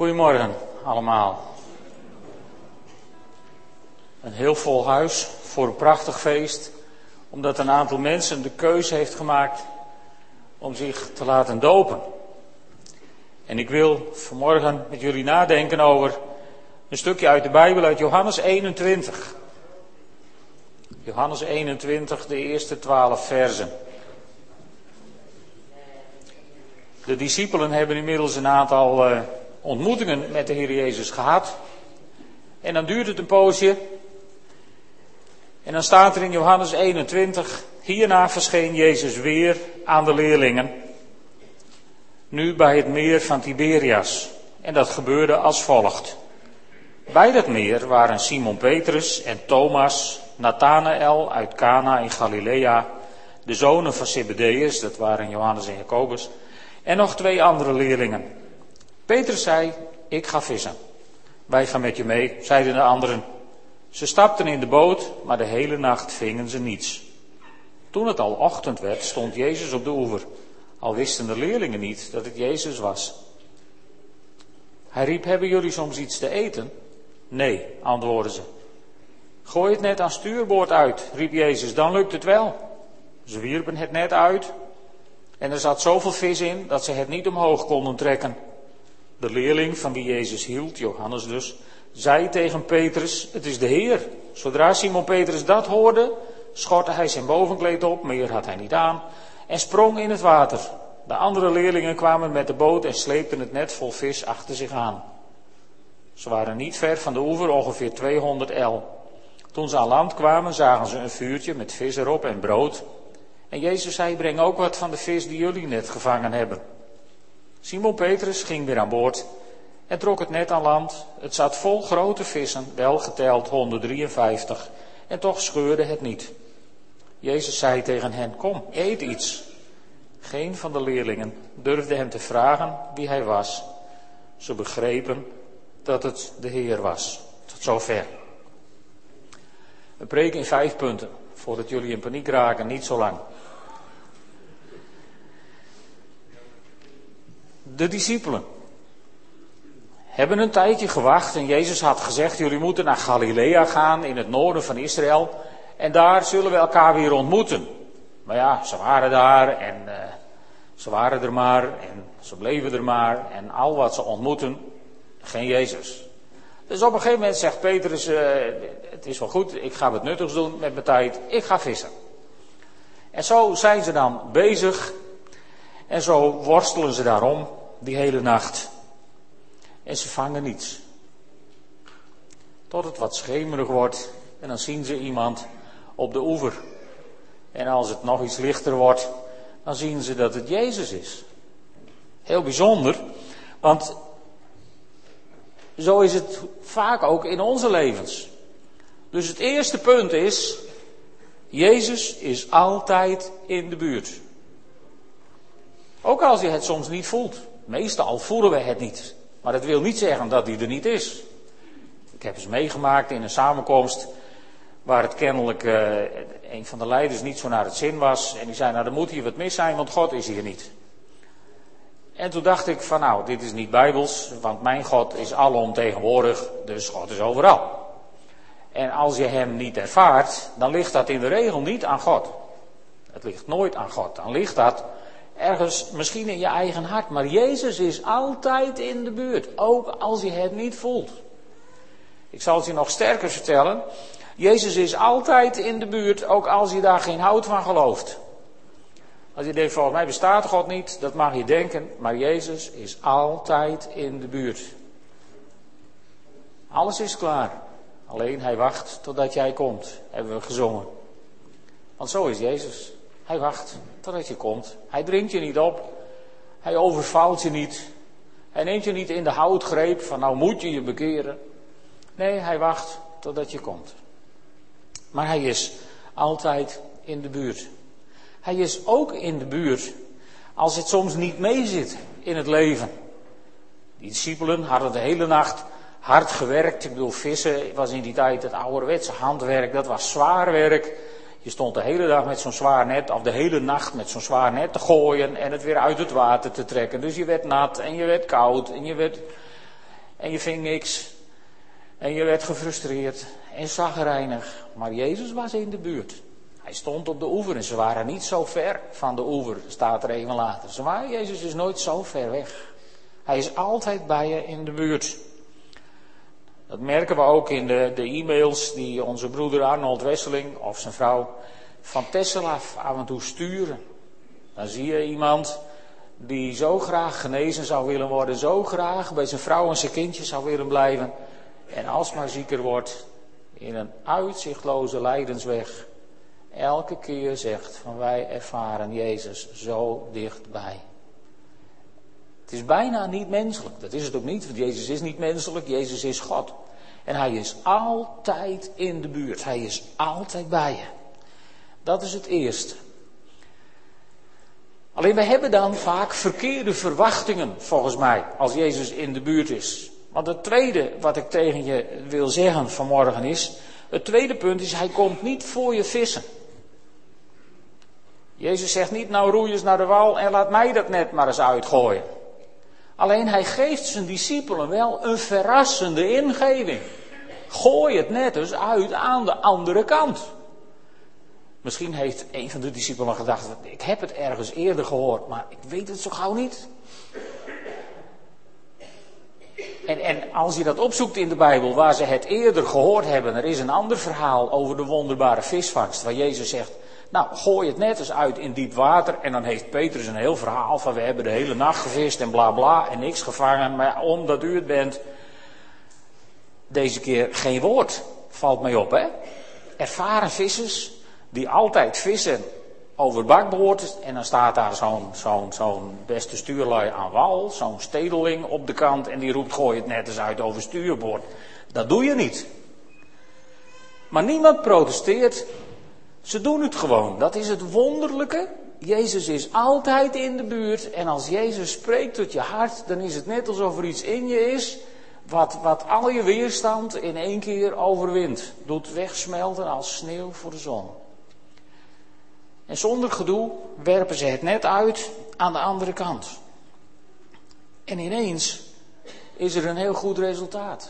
Goedemorgen allemaal. Een heel vol huis voor een prachtig feest, omdat een aantal mensen de keuze heeft gemaakt om zich te laten dopen. En ik wil vanmorgen met jullie nadenken over een stukje uit de Bijbel, uit Johannes 21. Johannes 21, de eerste 12 versen. De discipelen hebben inmiddels een aantal ontmoetingen met de Heer Jezus gehad. En dan duurt het een poosje. En dan staat er in Johannes 21, hierna verscheen Jezus weer aan de leerlingen. Nu bij het meer van Tiberias. En dat gebeurde als volgt. Bij dat meer waren Simon Petrus en Thomas, Nathanael uit Cana in Galilea, de zonen van Zebedeus, dat waren Johannes en Jacobus, en nog 2 andere leerlingen. Petrus zei, ik ga vissen. Wij gaan met je mee, zeiden de anderen. Ze stapten in de boot, maar de hele nacht vingen ze niets. Toen het al ochtend werd, stond Jezus op de oever. Al wisten de leerlingen niet dat het Jezus was. Hij riep, hebben jullie soms iets te eten? Nee, antwoordden ze. Gooi het net aan stuurboord uit, riep Jezus, dan lukt het wel. Ze wierpen het net uit en er zat zoveel vis in dat ze het niet omhoog konden trekken. De leerling van wie Jezus hield, Johannes dus, zei tegen Petrus, het is de Heer. Zodra Simon Petrus dat hoorde, schortte hij zijn bovenkleed op, meer had hij niet aan, en sprong in het water. De andere leerlingen kwamen met de boot en sleepten het net vol vis achter zich aan. Ze waren niet ver van de oever, ongeveer 200 el. Toen ze aan land kwamen, zagen ze een vuurtje met vis erop en brood. En Jezus zei, breng ook wat van de vis die jullie net gevangen hebben. Simon Petrus ging weer aan boord en trok het net aan land. Het zat vol grote vissen, wel geteld 153, en toch scheurde het niet. Jezus zei tegen hen, kom, eet iets. Geen van de leerlingen durfde hem te vragen wie hij was. Ze begrepen dat het de Heer was. Tot zover. Een preek in 5 punten, voordat jullie in paniek raken, niet zo lang. De discipelen hebben een tijdje gewacht en Jezus had gezegd, jullie moeten naar Galilea gaan, in het noorden van Israël. En daar zullen we elkaar weer ontmoeten. Maar ja, ze waren daar en ze waren er maar en ze bleven er maar. En al wat ze ontmoeten, geen Jezus. Dus op een gegeven moment zegt Petrus, het is wel goed, ik ga wat nuttigs doen met mijn tijd, ik ga vissen. En zo zijn ze dan bezig en zo worstelen ze daarom die hele nacht. En ze vangen niets. Tot het wat schemerig wordt en dan zien ze iemand op de oever. En als het nog iets lichter wordt, dan zien ze dat het Jezus is. Heel bijzonder, want zo is het vaak ook in onze levens. Dus het eerste punt is, Jezus is altijd in de buurt. Ook als je het soms niet voelt. Meestal voelen we het niet. Maar dat wil niet zeggen dat hij er niet is. Ik heb eens meegemaakt in een samenkomst waar het kennelijk een van de leiders niet zo naar het zin was. En die zei, nou er moet hier wat mis zijn, want God is hier niet. En toen dacht ik van nou, dit is niet bijbels, want mijn God is alomtegenwoordig, dus God is overal. En als je hem niet ervaart, dan ligt dat in de regel niet aan God. Het ligt nooit aan God. Dan ligt dat ergens misschien in je eigen hart. Maar Jezus is altijd in de buurt, ook als je het niet voelt. Ik zal het je nog sterker vertellen. Jezus is altijd in de buurt, ook als je daar geen hout van gelooft. Als je denkt, volgens mij bestaat God niet, dat mag je denken, maar Jezus is altijd in de buurt. Alles is klaar, alleen hij wacht totdat jij komt, hebben we gezongen. Want zo is Jezus, hij wacht totdat je komt. Hij dringt je niet op, hij overvalt je niet, hij neemt je niet in de houtgreep van nou moet je je bekeren. Nee, hij wacht totdat je komt. Maar hij is altijd in de buurt. Hij is ook in de buurt als het soms niet meezit in het leven. Die discipelen hadden de hele nacht hard gewerkt. Ik bedoel, vissen was in die tijd het ouderwetse handwerk. Dat was zwaar werk. Je stond de hele dag met zo'n zwaar net, of de hele nacht met zo'n zwaar net te gooien en het weer uit het water te trekken. Dus je werd nat en je werd koud en je werd... En je ving niks. En je werd gefrustreerd en chagrijnig. Maar Jezus was in de buurt. Hij stond op de oever en ze waren niet zo ver van de oever, staat er even later. Jezus is nooit zo ver weg. Hij is altijd bij je in de buurt. Dat merken we ook in de e-mails die onze broeder Arnold Wesseling of zijn vrouw van Texel af en toe sturen. Dan zie je iemand die zo graag genezen zou willen worden, zo graag bij zijn vrouw en zijn kindje zou willen blijven. En alsmaar zieker wordt in een uitzichtloze lijdensweg. Elke keer zegt van wij ervaren Jezus zo dichtbij. Het is bijna niet menselijk. Dat is het ook niet, want Jezus is niet menselijk. Jezus is God. En hij is altijd in de buurt. Hij is altijd bij je. Dat is het eerste. Alleen we hebben dan vaak verkeerde verwachtingen, volgens mij, als Jezus in de buurt is. Want het tweede wat ik tegen je wil zeggen vanmorgen is, het tweede punt is, hij komt niet voor je vissen. Jezus zegt niet, nou roei eens naar de wal en laat mij dat net maar eens uitgooien. Alleen hij geeft zijn discipelen wel een verrassende ingeving. Gooi het net eens uit aan de andere kant. Misschien heeft een van de discipelen gedacht, ik heb het ergens eerder gehoord, maar ik weet het zo gauw niet. En als je dat opzoekt in de Bijbel, waar ze het eerder gehoord hebben, er is een ander verhaal over de wonderbare visvangst, waar Jezus zegt, nou, gooi het net eens uit in diep water. En dan heeft Petrus een heel verhaal van, we hebben de hele nacht gevist en bla bla en niks gevangen. Maar omdat u het bent, deze keer geen woord, valt mij op, hè. Ervaren vissers, die altijd vissen over bakboord. En dan staat daar zo'n beste stuurlui aan wal, zo'n stedeling op de kant. En die roept, gooi het net eens uit over stuurboord. Dat doe je niet. Maar niemand protesteert. Ze doen het gewoon. Dat is het wonderlijke. Jezus is altijd in de buurt. En als Jezus spreekt tot je hart, dan is het net alsof er iets in je is wat al je weerstand in één keer overwint. Doet wegsmelten als sneeuw voor de zon. En zonder gedoe werpen ze het net uit aan de andere kant. En ineens is er een heel goed resultaat.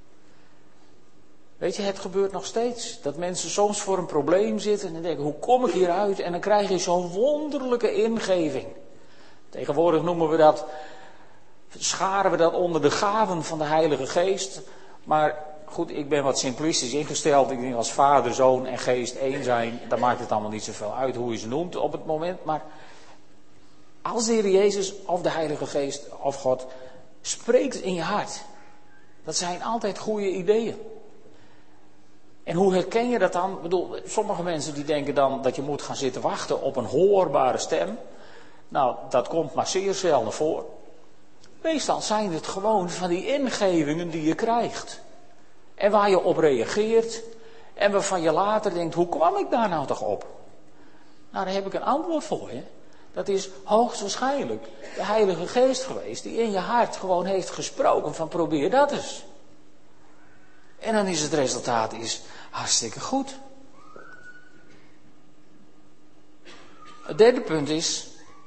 Weet je, het gebeurt nog steeds. Dat mensen soms voor een probleem zitten en denken, hoe kom ik hieruit? En dan krijg je zo'n wonderlijke ingeving. Tegenwoordig scharen we dat onder de gaven van de Heilige Geest. Maar goed, ik ben wat simplistisch ingesteld. Ik denk als Vader, Zoon en Geest één zijn, dan maakt het allemaal niet zoveel uit hoe je ze noemt op het moment. Maar als de Heer Jezus of de Heilige Geest of God spreekt in je hart, dat zijn altijd goede ideeën. En hoe herken je dat dan? Ik bedoel, sommige mensen die denken dan dat je moet gaan zitten wachten op een hoorbare stem. Nou, dat komt maar zeer zelden voor. Meestal zijn het gewoon van die ingevingen die je krijgt. En waar je op reageert. En waarvan je later denkt, hoe kwam ik daar nou toch op? Nou, daar heb ik een antwoord voor je. Dat is hoogstwaarschijnlijk de Heilige Geest geweest die in je hart gewoon heeft gesproken van probeer dat eens. En dan is het resultaat hartstikke goed. Het derde punt is,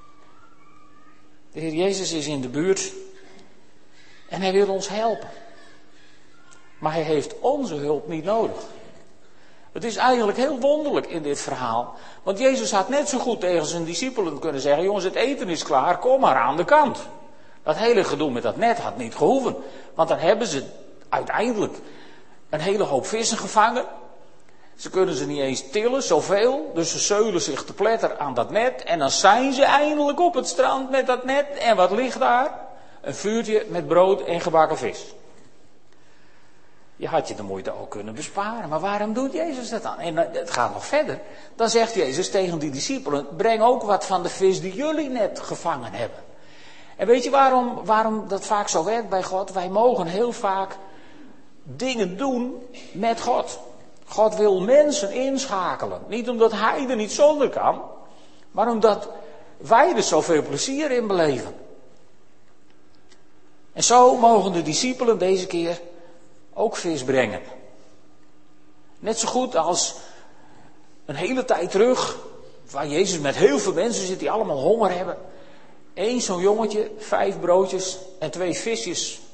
de Heer Jezus is in de buurt en hij wil ons helpen. Maar hij heeft onze hulp niet nodig. Het is eigenlijk heel wonderlijk in dit verhaal. Want Jezus had net zo goed tegen zijn discipelen kunnen zeggen, jongens, het eten is klaar, kom maar aan de kant. Dat hele gedoe met dat net had niet gehoeven. Want dan hebben ze uiteindelijk een hele hoop vissen gevangen. Ze kunnen ze niet eens tillen, zoveel. Dus ze zeulen zich te pletter aan dat net. En dan zijn ze eindelijk op het strand met dat net. En wat ligt daar? Een vuurtje met brood en gebakken vis. Je had je de moeite ook kunnen besparen. Maar waarom doet Jezus dat dan? En het gaat nog verder. Dan zegt Jezus tegen die discipelen, breng ook wat van de vis die jullie net gevangen hebben. En weet je waarom dat vaak zo werkt bij God? Wij mogen heel vaak dingen doen met God. God wil mensen inschakelen. Niet omdat hij er niet zonder kan, maar omdat wij er zoveel plezier in beleven. En zo mogen de discipelen deze keer ook vis brengen. Net zo goed als een hele tijd terug, waar Jezus met heel veel mensen zit die allemaal honger hebben. Eén zo'n jongetje, 5 broodjes en 2 visjes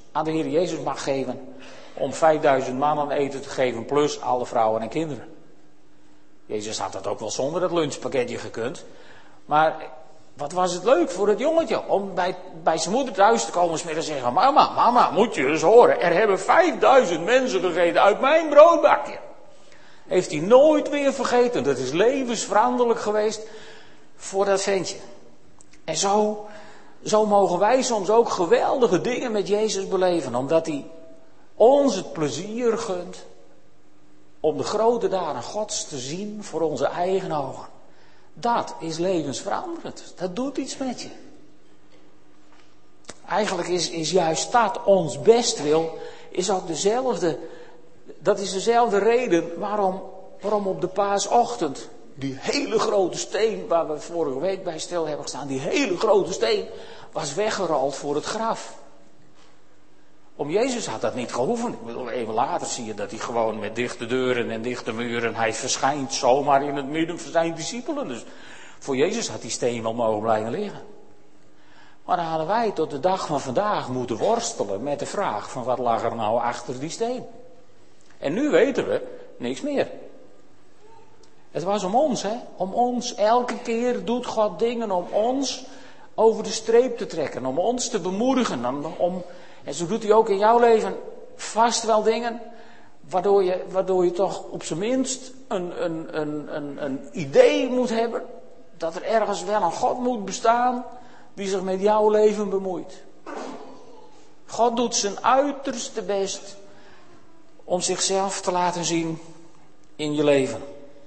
aan de Heer Jezus mag geven om 5000 mannen eten te geven, plus alle vrouwen en kinderen. Jezus had dat ook wel zonder het lunchpakketje gekund. Maar wat was het leuk voor het jongetje om bij zijn moeder thuis te komen en zeggen: mama, moet je eens horen, er hebben 5000 mensen gegeten uit mijn broodbakje. Heeft hij nooit weer vergeten. Dat is levensveranderlijk geweest voor dat ventje. En zo mogen wij soms ook geweldige dingen met Jezus beleven. Omdat hij ons het plezier gunt om de grote daden Gods te zien voor onze eigen ogen. Dat is levensveranderend. Dat doet iets met je. Eigenlijk is juist dat ons bestwil, is ook dezelfde. Dat is dezelfde reden waarom op de paasochtend die hele grote steen, waar we vorige week bij stil hebben gestaan, die hele grote steen was weggerold voor het graf. Om Jezus had dat niet gehoeven. Ik bedoel, even later zie je dat hij gewoon met dichte deuren en dichte muren, hij verschijnt zomaar in het midden van zijn discipelen. Dus voor Jezus had die steen wel mogen blijven liggen. Maar dan hadden wij tot de dag van vandaag moeten worstelen met de vraag van wat lag er nou achter die steen. En nu weten we niks meer. Het was om ons, hè. Om ons. Elke keer doet God dingen om ons over de streep te trekken. Om ons te bemoedigen. En zo doet hij ook in jouw leven vast wel dingen. Waardoor je toch op zijn minst een idee moet hebben. Dat er ergens wel een God moet bestaan die zich met jouw leven bemoeit. God doet zijn uiterste best om zichzelf te laten zien in je leven.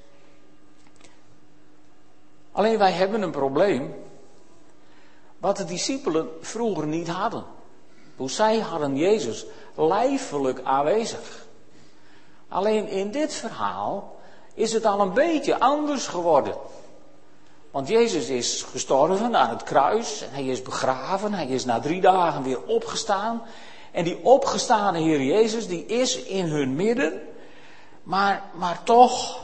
Alleen wij hebben een probleem wat de discipelen vroeger niet hadden. Hoe zij hadden Jezus lijfelijk aanwezig. Alleen in dit verhaal is het al een beetje anders geworden. Want Jezus is gestorven aan het kruis. En hij is begraven. Hij is na 3 dagen weer opgestaan. En die opgestane Heer Jezus, die is in hun midden. Maar toch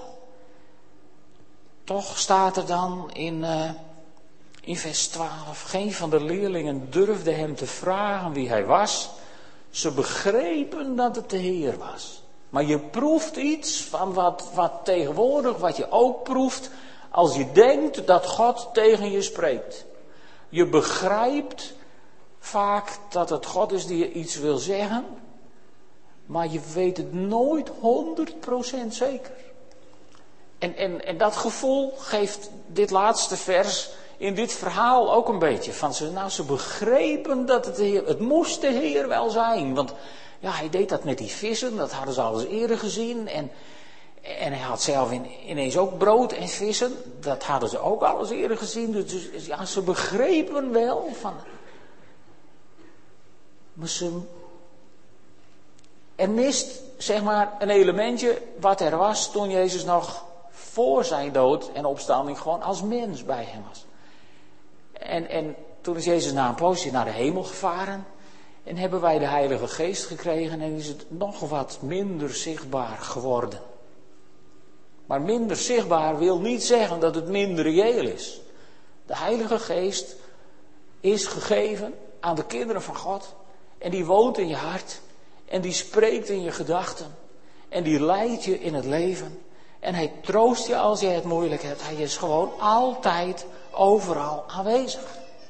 staat er dan in vers 12. Geen van de leerlingen durfde hem te vragen wie hij was. Ze begrepen dat het de Heer was. Maar je proeft iets van wat tegenwoordig, wat je ook proeft als je denkt dat God tegen je spreekt. Je begrijpt vaak dat het God is die je iets wil zeggen, maar je weet het nooit 100% zeker. En dat gevoel geeft dit laatste vers in dit verhaal ook een beetje. Van ze begrepen dat het moest de Heer wel zijn. Want ja, hij deed dat met die vissen, dat hadden ze al eens eerder gezien. En hij had zelf ineens ook brood en vissen, dat hadden ze ook al eens eerder gezien. Dus ja, ze begrepen wel van. Maar er mist, zeg maar, een elementje wat er was toen Jezus nog voor zijn dood en opstanding gewoon als mens bij hem was. En toen is Jezus na een poosje naar de hemel gevaren. En hebben wij de Heilige Geest gekregen en is het nog wat minder zichtbaar geworden. Maar minder zichtbaar wil niet zeggen dat het minder reëel is. De Heilige Geest is gegeven aan de kinderen van God. En die woont in je hart. En die spreekt in je gedachten. En die leidt je in het leven. En hij troost je als je het moeilijk hebt. Hij is gewoon altijd, overal aanwezig.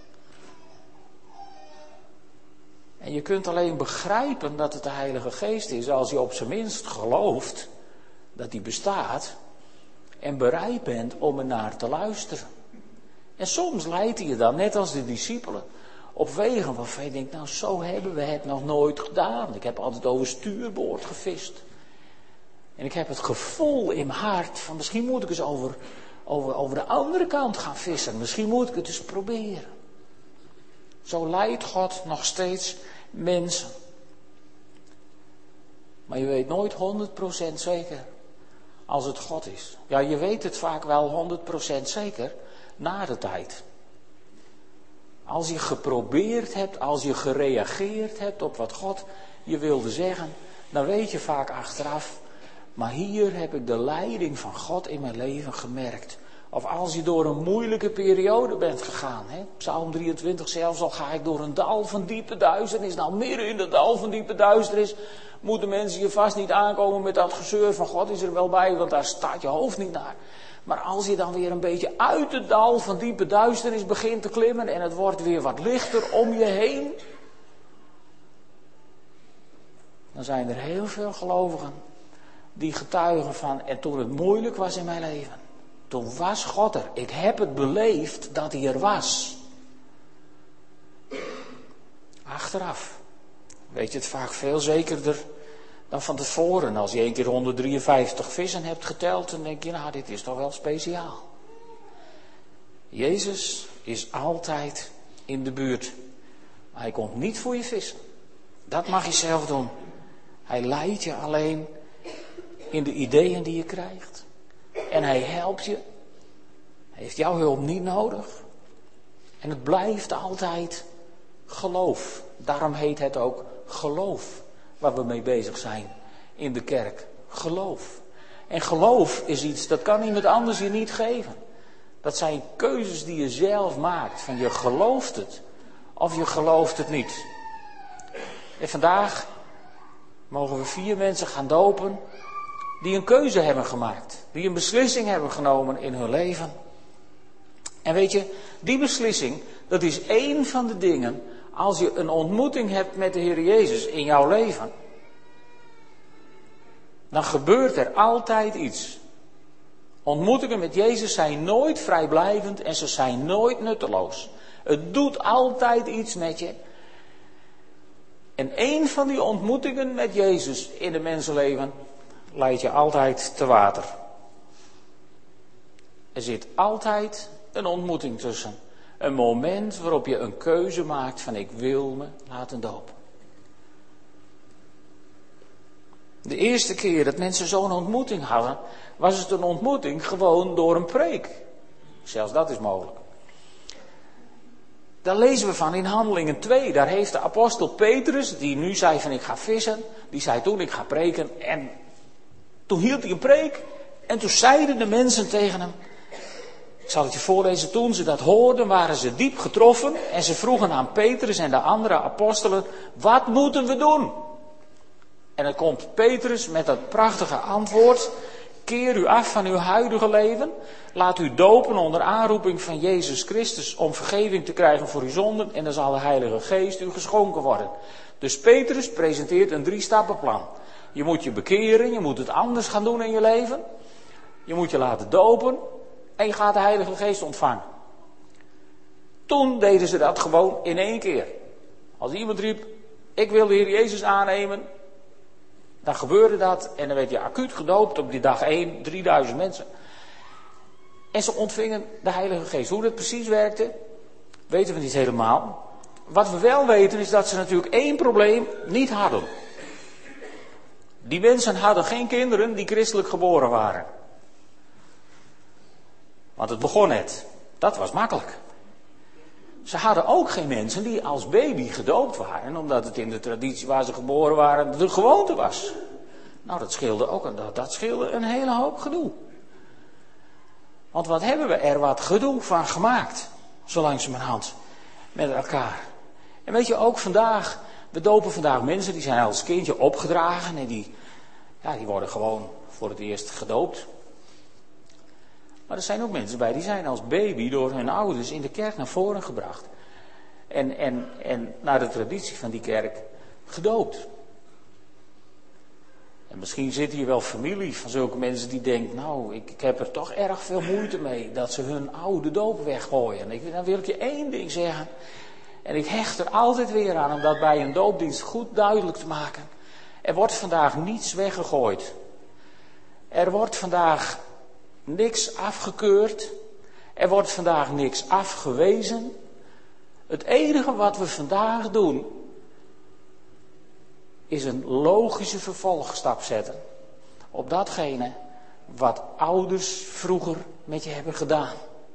En je kunt alleen begrijpen dat het de Heilige Geest is als je op zijn minst gelooft dat hij bestaat en bereid bent om er naar te luisteren. En soms leidt hij je dan, net als de discipelen, op wegen waarvan je denkt, nou zo hebben we het nog nooit gedaan. Ik heb altijd over stuurboord gevist. En ik heb het gevoel in mijn hart van misschien moet ik eens over de andere kant gaan vissen. Misschien moet ik het eens proberen. Zo leidt God nog steeds mensen. Maar je weet nooit 100% zeker als het God is. Ja, je weet het vaak wel 100% zeker na de tijd. Als je geprobeerd hebt, als je gereageerd hebt op wat God je wilde zeggen, dan weet je vaak achteraf, maar hier heb ik de leiding van God in mijn leven gemerkt. Of als je door een moeilijke periode bent gegaan. Hè? Psalm 23 zelfs al ga ik door een dal van diepe duisternis. Nou, midden in dat dal van diepe duisternis moeten mensen je vast niet aankomen met dat gezeur van God is er wel bij, want daar staat je hoofd niet naar. Maar als je dan weer een beetje uit het dal van diepe duisternis begint te klimmen en het wordt weer wat lichter om je heen, dan zijn er heel veel gelovigen die getuigen van, en toen het moeilijk was in mijn leven, toen was God er. Ik heb het beleefd dat hij er was. Achteraf weet je het vaak veel zekerder dan van tevoren. Als je 1 keer 153 vissen hebt geteld, dan denk je, nou, dit is toch wel speciaal. Jezus is altijd in de buurt. Maar hij komt niet voor je vissen. Dat mag je zelf doen. Hij leidt je alleen in de ideeën die je krijgt. En hij helpt je. Hij heeft jouw hulp niet nodig. En het blijft altijd geloof. Daarom heet het ook geloof. Waar we mee bezig zijn in de kerk. Geloof. En geloof is iets, dat kan iemand anders je niet geven. Dat zijn keuzes die je zelf maakt. Van je gelooft het. Of je gelooft het niet. En vandaag mogen we 4 mensen gaan dopen die een keuze hebben gemaakt. Die een beslissing hebben genomen in hun leven. En weet je, die beslissing, dat is één van de dingen. Als je een ontmoeting hebt met de Heer Jezus in jouw leven, dan gebeurt er altijd iets. Ontmoetingen met Jezus zijn nooit vrijblijvend en ze zijn nooit nutteloos. Het doet altijd iets met je. En één van die ontmoetingen met Jezus in het mensenleven leidt je altijd te water. Er zit altijd een ontmoeting tussen. Een moment waarop je een keuze maakt van ik wil me laten dopen. De eerste keer dat mensen zo'n ontmoeting hadden, was het een ontmoeting gewoon door een preek. Zelfs dat is mogelijk. Daar lezen we van in Handelingen 2. Daar heeft de apostel Petrus, die nu zei van ik ga vissen, die zei toen ik ga preken. En toen hield hij een preek en toen zeiden de mensen tegen hem. Ik zal het je voorlezen. Toen ze dat hoorden waren ze diep getroffen en ze vroegen aan Petrus en de andere apostelen, wat moeten we doen? En dan komt Petrus met dat prachtige antwoord. Keer u af van uw huidige leven. Laat u dopen onder aanroeping van Jezus Christus om vergeving te krijgen voor uw zonden. En dan zal de Heilige Geest u geschonken worden. Dus Petrus presenteert een 3-stappenplan. Je moet je bekeren, je moet het anders gaan doen in je leven. Je moet je laten dopen en je gaat de Heilige Geest ontvangen. Toen deden ze dat gewoon in 1 keer. Als iemand riep, ik wil de Heer Jezus aannemen, dan gebeurde dat en dan werd je acuut gedoopt op die dag 1, 3000 mensen. En ze ontvingen de Heilige Geest. Hoe dat precies werkte, weten we niet helemaal. Wat we wel weten is dat ze natuurlijk 1 probleem niet hadden. Die mensen hadden geen kinderen die christelijk geboren waren. Want het begon net. Dat was makkelijk. Ze hadden ook geen mensen die als baby gedoopt waren, omdat het in de traditie waar ze geboren waren de gewoonte was. Nou, dat scheelde ook, dat scheelde een hele hoop gedoe. Want wat hebben we er wat gedoe van gemaakt, zo langzamerhand, met elkaar. En weet je, ook vandaag, we dopen vandaag mensen die zijn als kindje opgedragen en die worden gewoon voor het eerst gedoopt. Maar er zijn ook mensen bij, die zijn als baby door hun ouders in de kerk naar voren gebracht. En naar de traditie van die kerk gedoopt. En misschien zit hier wel familie van zulke mensen die denken, nou, ik heb er toch erg veel moeite mee dat ze hun oude doop weggooien. En dan wil ik je 1 ding zeggen. En ik hecht er altijd weer aan om dat bij een doopdienst goed duidelijk te maken. Er wordt vandaag niets weggegooid. Er wordt vandaag niks afgekeurd. Er wordt vandaag niks afgewezen. Het enige wat we vandaag doen, is een logische vervolgstap zetten op datgene wat ouders vroeger met je hebben gedaan.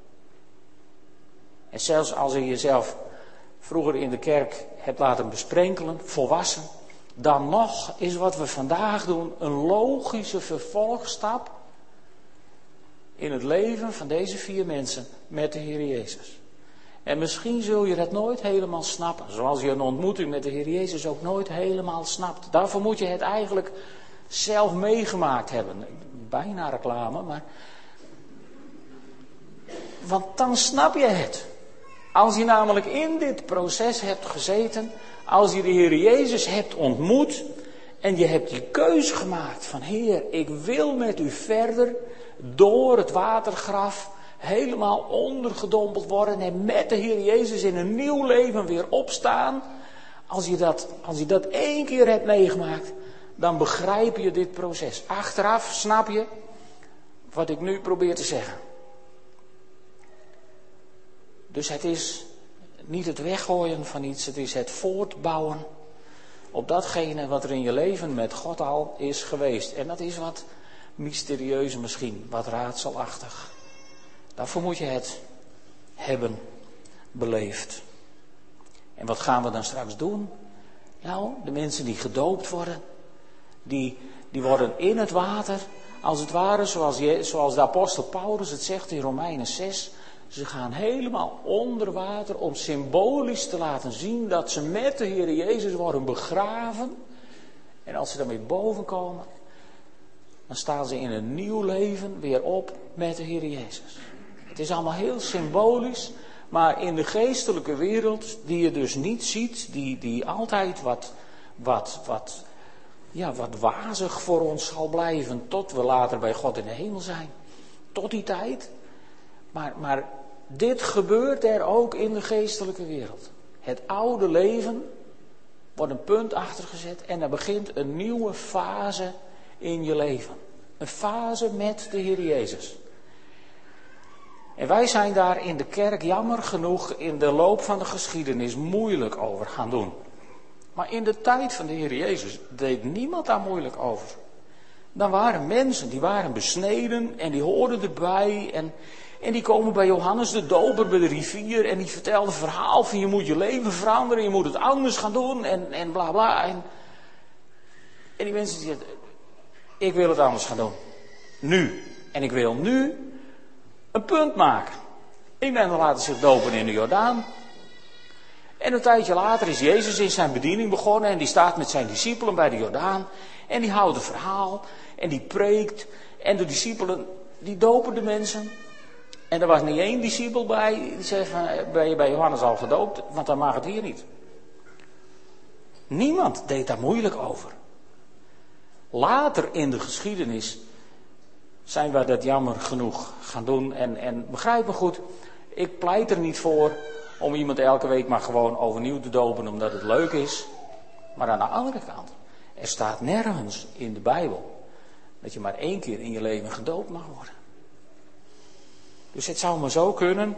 En zelfs als je jezelf vroeger in de kerk hebt laten besprenkelen, volwassen, dan nog is wat we vandaag doen een logische vervolgstap in het leven van deze 4 mensen met de Heer Jezus. En misschien zul je dat nooit helemaal snappen. Zoals je een ontmoeting met de Heer Jezus ook nooit helemaal snapt. Daarvoor moet je het eigenlijk zelf meegemaakt hebben. Bijna reclame, maar... Want dan snap je het. Als je namelijk in dit proces hebt gezeten, als je de Heer Jezus hebt ontmoet en je hebt die keuze gemaakt van Heer, ik wil met u verder door het watergraf helemaal ondergedompeld worden en met de Heer Jezus in een nieuw leven weer opstaan. Als je dat 1 keer hebt meegemaakt, dan begrijp je dit proces. Achteraf snap je wat ik nu probeer te zeggen. Dus het is niet het weggooien van iets, het is het voortbouwen op datgene wat er in je leven met God al is geweest. En dat is wat mysterieus misschien, wat raadselachtig. Daarvoor moet je het hebben beleefd. En wat gaan we dan straks doen? Nou, de mensen die gedoopt worden, die worden in het water, als het ware, zoals de apostel Paulus het zegt in Romeinen 6... Ze gaan helemaal onder water om symbolisch te laten zien dat ze met de Heer Jezus worden begraven. En als ze dan weer boven komen, dan staan ze in een nieuw leven weer op met de Heer Jezus. Het is allemaal heel symbolisch, maar in de geestelijke wereld, die je dus niet ziet, die altijd wat wazig voor ons zal blijven, tot we later bij God in de hemel zijn. Tot die tijd. Maar dit gebeurt er ook in de geestelijke wereld. Het oude leven wordt een punt achtergezet en er begint een nieuwe fase in je leven. Een fase met de Heer Jezus. En wij zijn daar in de kerk jammer genoeg in de loop van de geschiedenis moeilijk over gaan doen. Maar in de tijd van de Heer Jezus deed niemand daar moeilijk over. Dan waren mensen die waren besneden en die hoorden erbij en die komen bij Johannes de Doper bij de rivier en die vertelde het verhaal van je moet je leven veranderen, je moet het anders gaan doen en bla bla. En die mensen die zeggen, ik wil het anders gaan doen. Nu. En ik wil nu een punt maken. Ik ben laten zich dopen in de Jordaan. En een tijdje later is Jezus in zijn bediening begonnen en die staat met zijn discipelen bij de Jordaan. En die houdt een verhaal en die preekt en de discipelen die dopen de mensen. En er was niet 1 discipel bij die zei van, ben je bij Johannes al gedoopt? Want dan mag het hier niet. Niemand deed daar moeilijk over. Later in de geschiedenis zijn wij dat jammer genoeg gaan doen. En begrijp me goed, ik pleit er niet voor om iemand elke week maar gewoon overnieuw te dopen omdat het leuk is. Maar aan de andere kant, er staat nergens in de Bijbel dat je maar 1 keer in je leven gedoopt mag worden. Dus het zou maar zo kunnen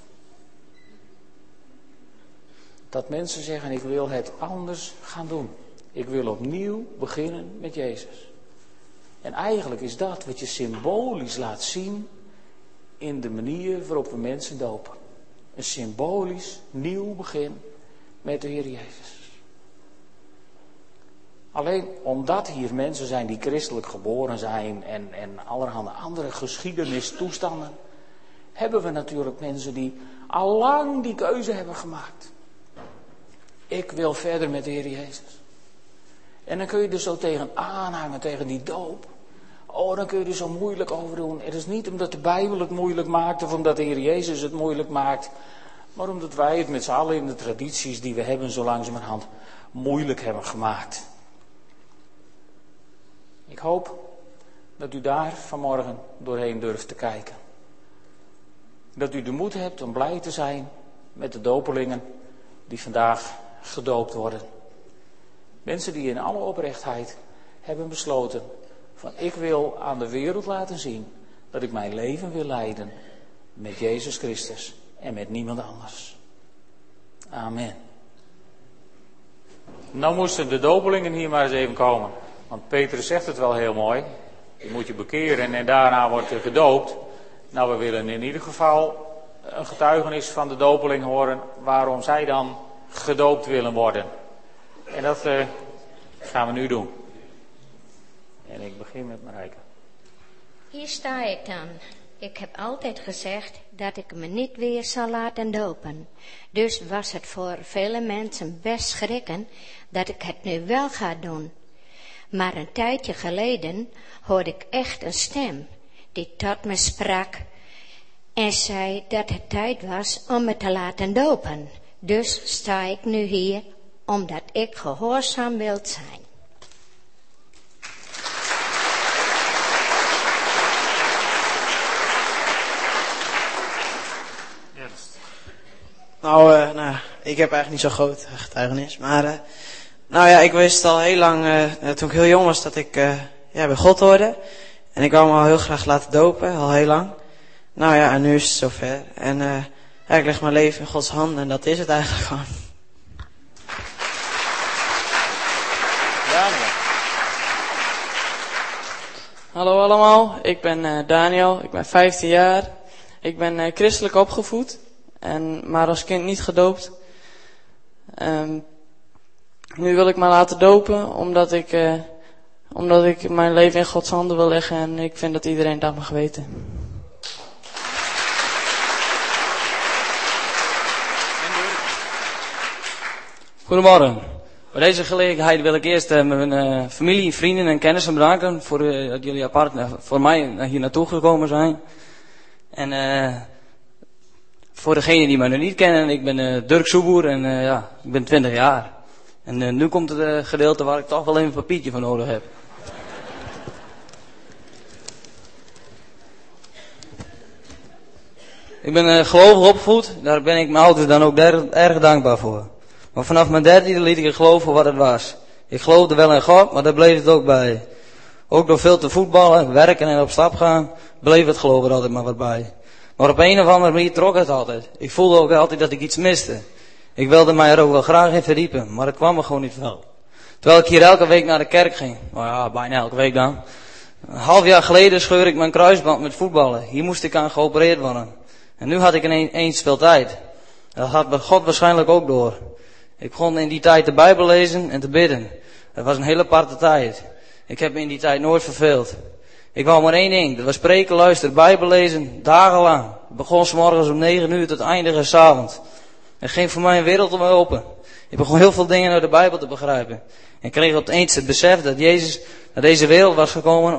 dat mensen zeggen, ik wil het anders gaan doen. Ik wil opnieuw beginnen met Jezus. En eigenlijk is dat wat je symbolisch laat zien in de manier waarop we mensen dopen. Een symbolisch nieuw begin met de Heer Jezus. Alleen omdat hier mensen zijn die christelijk geboren zijn en allerhande andere geschiedenistoestanden, hebben we natuurlijk mensen die al lang die keuze hebben gemaakt. Ik wil verder met de Heer Jezus. En dan kun je er zo tegen aanhangen, tegen die doop. Oh, dan kun je er zo moeilijk over doen. Het is niet omdat de Bijbel het moeilijk maakt of omdat de Heer Jezus het moeilijk maakt, maar omdat wij het met z'n allen in de tradities die we hebben zo langzamerhand moeilijk hebben gemaakt. Ik hoop dat u daar vanmorgen doorheen durft te kijken. Dat u de moed hebt om blij te zijn met de dopelingen die vandaag gedoopt worden. Mensen die in alle oprechtheid hebben besloten van ik wil aan de wereld laten zien dat ik mijn leven wil leiden met Jezus Christus en met niemand anders. Amen. Nou moesten de dopelingen hier maar eens even komen. Want Petrus zegt het wel heel mooi. Je moet je bekeren en daarna wordt je gedoopt. Nou, we willen in ieder geval een getuigenis van de dopeling horen waarom zij dan gedoopt willen worden. En dat gaan we nu doen. En ik begin met Marijke. Hier sta ik dan, Ik heb altijd gezegd dat ik me niet weer zal laten dopen. Dus was het voor vele mensen best schrikken dat ik het nu wel ga doen. Maar een tijdje geleden hoorde ik echt een stem die tot me sprak en zei dat het tijd was om me te laten dopen. Dus sta ik nu hier omdat ik gehoorzaam wil zijn. Nou, ik heb eigenlijk niet zo'n groot getuigenis. Maar, ik wist al heel lang, toen ik heel jong was, dat ik bij God hoorde. En ik wou me al heel graag laten dopen, al heel lang. En nu is het zover. En ik leg mijn leven in Gods handen en dat is het eigenlijk gewoon. Daniel. Hallo allemaal, ik ben Daniel, ik ben 15 jaar. Ik ben christelijk opgevoed. Maar als kind niet gedoopt. Nu wil ik me laten dopen omdat ik mijn leven in Gods handen wil leggen en ik vind dat iedereen dat mag weten. Goedemorgen. Bij deze gelegenheid wil ik eerst mijn familie, vrienden en kennissen bedanken voor dat jullie apart voor mij hier naartoe gekomen zijn. En voor degenen die mij nog niet kennen, ik ben Dirk Soeboer en ik ben 20 jaar. En nu komt het gedeelte waar ik toch wel even een papiertje voor nodig heb. Ik ben gelovig opgevoed, daar ben ik mijn ouders dan ook erg dankbaar voor. Maar vanaf mijn 13e liet ik het geloven wat het was. Ik geloofde wel in God, maar daar bleef het ook bij. Ook door veel te voetballen, werken en op stap gaan, bleef het geloven er altijd maar wat bij. Maar op een of andere manier trok het altijd. Ik voelde ook altijd dat ik iets miste. Ik wilde mij er ook wel graag in verdiepen, maar het kwam er gewoon niet van. Terwijl ik hier elke week naar de kerk ging. Bijna elke week dan. Een half jaar geleden scheurde ik mijn kruisband met voetballen. Hier moest ik aan geopereerd worden. En nu had ik ineens veel tijd. Dat had bij God waarschijnlijk ook door. Ik begon in die tijd de Bijbel lezen en te bidden. Het was een hele aparte tijd. Ik heb me in die tijd nooit verveeld. Ik wou maar één ding. Dat was spreken, luisteren, Bijbel lezen, dagenlang. Het begon 's morgens om 9 uur tot eindigen 's avonds. Er ging voor mij een wereld om me open. Ik begon heel veel dingen uit de Bijbel te begrijpen. En kreeg opeens het besef dat Jezus naar deze wereld was gekomen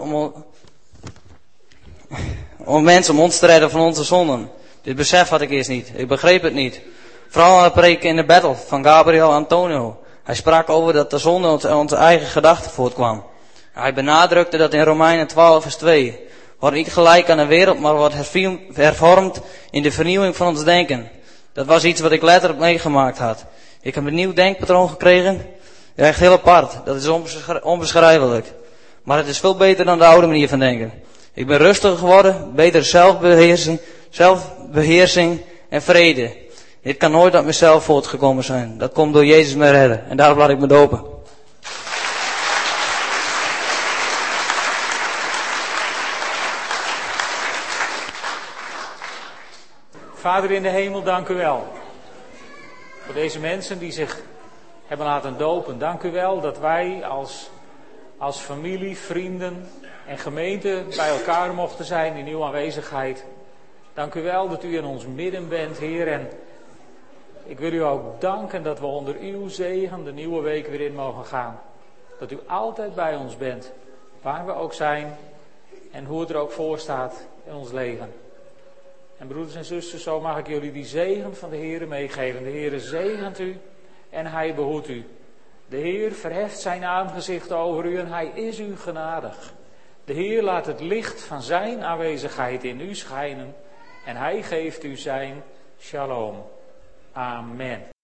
om mensen om ons te redden van onze zonden. Dit besef had ik eerst niet. Ik begreep het niet. Vooral aan het preken in de battle van Gabriel Antonio. Hij sprak over dat de zonde uit onze eigen gedachten voortkwam. Hij benadrukte dat in Romeinen 12 vers 2. Wordt niet gelijk aan de wereld, maar wordt hervormd in de vernieuwing van ons denken. Dat was iets wat ik letterlijk meegemaakt had. Ik heb een nieuw denkpatroon gekregen. Echt heel apart. Dat is onbeschrijfelijk. Maar het is veel beter dan de oude manier van denken. Ik ben rustiger geworden, beter zelfbeheersing en vrede. Dit kan nooit uit mezelf voortgekomen zijn. Dat komt door Jezus me redden. En daarom laat ik me dopen. Vader in de hemel, dank u wel. Voor deze mensen die zich hebben laten dopen. Dank u wel dat wij als familie, vrienden en gemeente bij elkaar mochten zijn in uw aanwezigheid. Dank u wel dat u in ons midden bent, Heer. En ik wil u ook danken dat we onder uw zegen de nieuwe week weer in mogen gaan. Dat u altijd bij ons bent, waar we ook zijn en hoe het er ook voor staat in ons leven. En broeders en zusters, zo mag ik jullie die zegen van de Heere meegeven. De Heere zegent u en hij behoedt u. De Heer verheft zijn aangezicht over u en hij is u genadig. De Heer laat het licht van zijn aanwezigheid in u schijnen en hij geeft u zijn shalom. Amen.